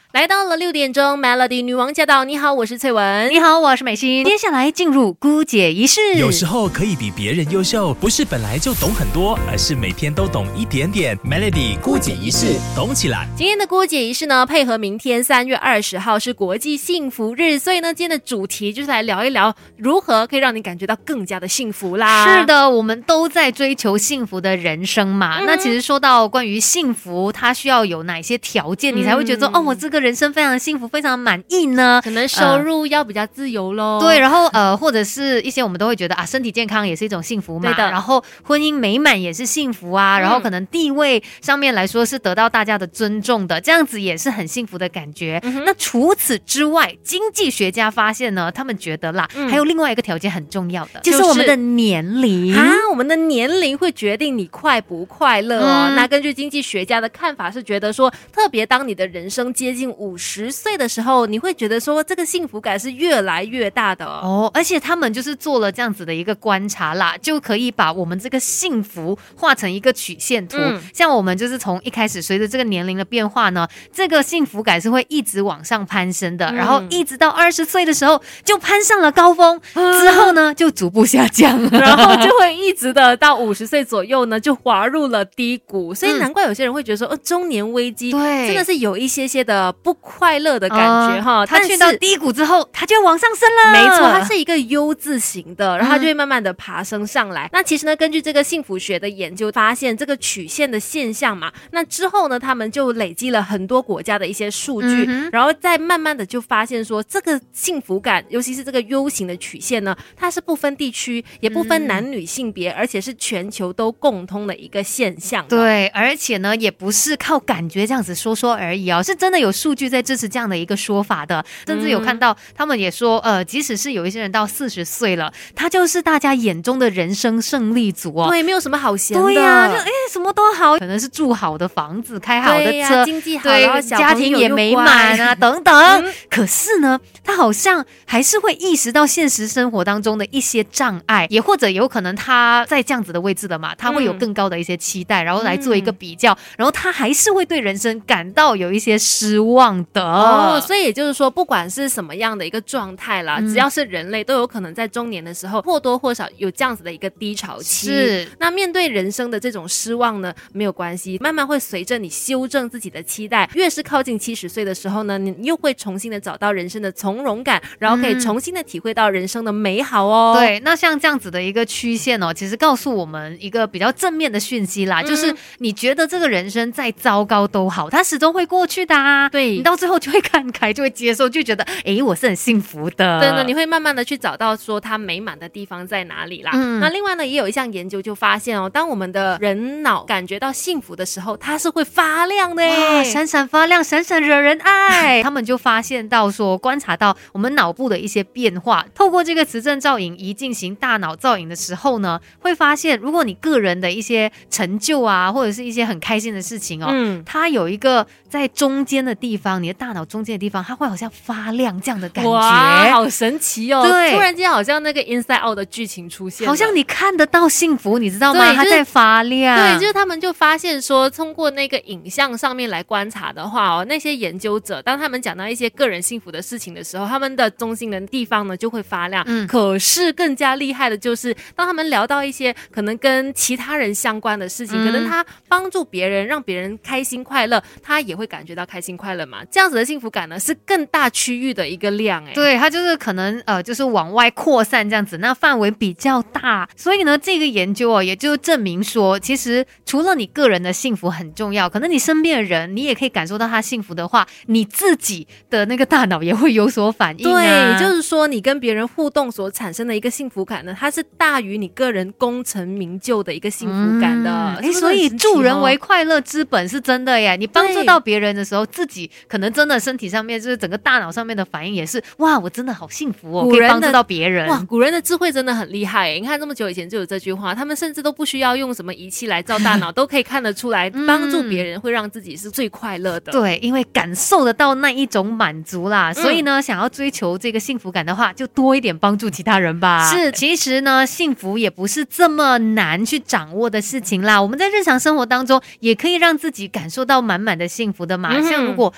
来到了6点钟 Melody 女王驾到，你好，我是翠文。 你好，我是美心。接下来进入姑姐仪式。 有时候可以比别人优秀，不是本来就懂很多，而是每天都懂一点点。Melody 姑姐仪式，懂起来。 今天的姑姐仪式呢，配合明天3月20号是国际幸福日，所以呢，今天的主题就是来聊一聊如何可以让你感觉到更加的幸福啦。 是的，我们都在追求幸福的人生嘛。那其实说到关于幸福，它需要有哪些条件，你才会觉得哦，我这个人生非常的幸福，非常满意呢？ 可能收入要比较自由咯。 对，然后或者是一些我们都会觉得啊，身体健康也是一种幸福嘛。 对的。 然后婚姻美满也是幸福啊。然后可能地位上面来说是得到大家的尊重的，这样子也是很幸福的感觉。那除此之外，经济学家发现呢，他们觉得啦，还有另外一个条件很重要的，就是我们的年龄啊，我们的年龄会决定你快不快乐哦。那根据经济学家的看法是觉得说，特别当你的人生接近50岁的时候，你会觉得说这个幸福感是越来越大的哦。而且他们就是做了这样子的一个观察啦，就可以把我们这个幸福画成一个曲线图。像我们就是从一开始随着这个年龄的变化呢，这个幸福感是会一直往上攀升的，然后一直到20岁的时候就攀上了高峰，之后呢就逐步下降， 然后就会一直的到50岁左右呢就滑入了低谷。所以难怪有些人会觉得说中年危机真的是有一些的不快乐的感觉哈。 他去到低谷之后他就往上升了， 没错，它是一个 U 字形的，然后它就会慢慢的爬升上来。那其实呢，根据这个幸福学的研究发现这个曲线的现象嘛，那之后呢他们就累积了很多国家的一些数据，然后再慢慢的就发现说这个幸福感，尤其是这个 U 型的曲线呢，它是不分地区也不分男女性别，而且是全球都共通的一个现象。 对，而且呢也不是靠感觉这样子说而已哦，是真的有数据在支持这样的一个说法的。甚至有看到他们也说即使是有一些人到40岁了，他就是大家眼中的人生胜利组哦。 对，没有什么好嫌的。 对呀，就什么都好，可能是住好的房子，开好的车， 经济好， 对， 然后小家庭也美满啊等等。可是呢他好像还是会意识到现实生活当中的一些障碍，也或者有可能他在这样子的位置的嘛，他会有更高的一些期待，然后来做一个比较，然后他还是会对人生感到有一些失望的。 所以也就是说，不管是什么样的一个状态啦，只要是人类都有可能在中年的时候或多或少有这样子的一个低潮期。 是， 那面对人生的这种失望呢，没有关系，慢慢会随着你修正自己的期待，越是靠近70岁的时候呢，你又会重新的找到人生的从容感，然后可以重新的体会到人生的美好哦。 对，那像这样子的一个曲线哦，其实告诉我们一个比较正面的讯息啦，就是你觉得这个人生再糟糕都好，它始终会过去的啊。 对， 你到最后就会看开，就会接受，就觉得我是很幸福的。 真的，你会慢慢的去找到说它美满的地方在哪里啦。那另外呢，也有一项研究就发现哦，当我们的人脑感觉到幸福的时候，它是会发亮的哇，闪闪发亮，闪闪惹人爱。他们就发现到说，观察到我们脑部的一些变化，透过这个磁振造影仪进行大脑造影的时候呢，会发现如果你个人的一些成就啊，或者是一些很开心的事情哦，它有一个在中间的地方，你的大脑中间的地方，它会好像发亮这样的感觉。 哇，好神奇哦！ 对， 突然间好像那个 Inside Out 的剧情出现了， 好像你看得到幸福，你知道吗？它在发亮。 对，就是他们就发现说，通过那个影像上面来观察的话哦，那些研究者当他们讲到一些个人幸福的事情的时候，他们的中心的地方呢就会发亮。可是更加厉害的就是，当他们聊到一些可能跟其他人相关的事情，可能他帮助别人，让别人开心快乐，他也会感觉到开心快乐嘛。这样子的幸福感呢，是更大区域的一个量。 对，它就是可能就是往外扩散这样子，那范围比较大。所以呢，这个研究也就证明说，其实除了你个人的幸福很重要，可能你身边的人你也可以感受到他幸福的话，你自己的那个大脑也会有所反应啊。 对，就是说你跟别人互动所产生的一个幸福感呢，它是大于你个人功成名就的一个幸福感的。 所以助人为快乐之本是真的耶。你帮助到别人的时候，自己可能真的身体上面就是整个大脑上面的反应也是，哇，我真的好幸福哦，可以帮助到别人。 哇，古人的智慧真的很厉害耶。你看这么久以前就有这句话，他们甚至都不需要用什么仪器来照大脑都可以看得出来，帮助别人会让自己是最快乐的。 对，因为感受得到那一种满足啦，所以呢，想要追求这个幸福感的话，就多一点帮助其他人吧。 是， 其实呢，幸福也不是这么难去掌握的事情啦。我们在日常生活当中也可以让自己感受到满满的幸福的嘛。像如果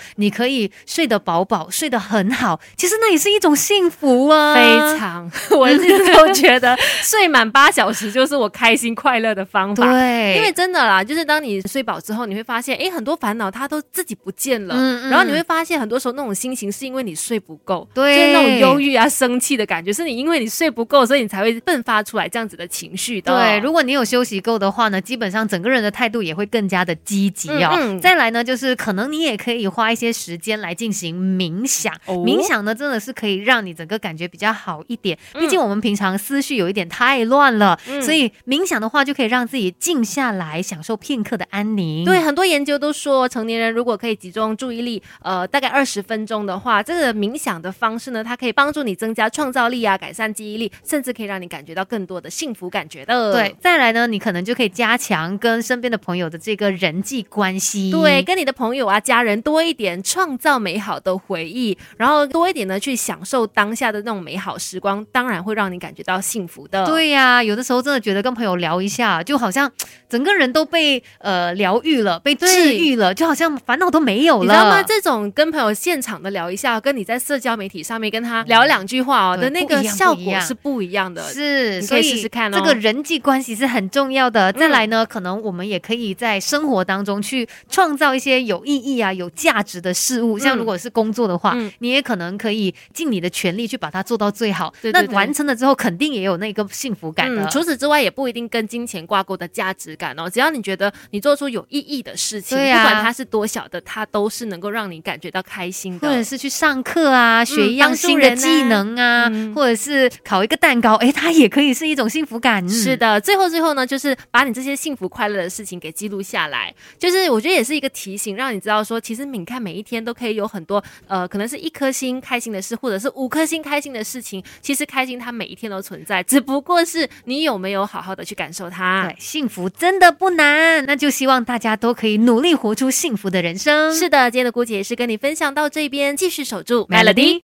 你可以睡得饱饱，睡得很好，其实那也是一种幸福啊。 非常，我一直都觉得睡满8小时就是我开心快乐的方法。 对， 因为真的啦，就是当你睡饱之后，你会发现，很多烦恼它都自己不见了。然后你会发现，很多时候那种心情是因为你睡不够， 对， 就是那种忧郁啊、生气的感觉，是你因为你睡不够，所以你才会迸发出来这样子的情绪的。 对，如果你有休息够的话呢，基本上整个人的态度也会更加的积极哦。再来呢，就是可能你也可以花一些时间来进行冥想。冥想呢，真的是可以让你整个感觉比较好一点。毕竟我们平常思绪有一点太乱了，所以冥想的话就可以让自己静下来，享受片刻的安宁。 对，很多研究都说，成年人如果可以集中注意力，大概20分钟的话，这个冥想的方式呢，它可以帮助你增加创造力啊，改善记忆力，甚至可以让你感觉到更多的幸福感觉的。 对，再来呢，你可能就可以加强跟身边的朋友的这个人际关系。 对，跟你的朋友啊、家人多一点，创造美好的回忆，然后多一点呢，去享受当下的那种美好时光，当然会让你感觉到幸福的。 对呀，有的时候真的觉得跟朋友聊一下，就好像整个人都被疗愈了，被治愈了，就好像烦恼都没有了。 你知道吗？这种跟朋友现场的聊一下，跟你在社交媒体上面跟他聊2句话的那个效果是不一样的。 是， 你可以试试看哦。 这个人际关系是很重要的。再来呢，可能我们也可以在生活当中去创造一些有意义啊、有价值的事物。像如果是工作的话，你也可能可以尽你的全力去把它做到最好。 对对对， 那完成了之后，肯定也有那个幸福感的。 除此之外，也不一定跟金钱挂钩的价值感哦。只要你觉得你做出有意义的事情，不管它是多小的，它都是能够让你感觉到开心的。 或者是去上课啊，学一样新的技能啊，或者是烤一个蛋糕，它也可以是一种幸福感。 是的，最后呢，就是把你这些幸福快乐的事情给记录下来，就是我觉得也是一个提醒，让你知道说，其实你看每一天都可以有很多可能是1颗星开心的事，或者是5颗星开心的事情。其实开心它每一天都存在，只不过是你有没有好好的去感受它。 对，幸福真的不难，那就希望大家都可以努力活出幸福的人生。 是的，今天的姑姐也是跟你分享到这边，继续守住 Melody。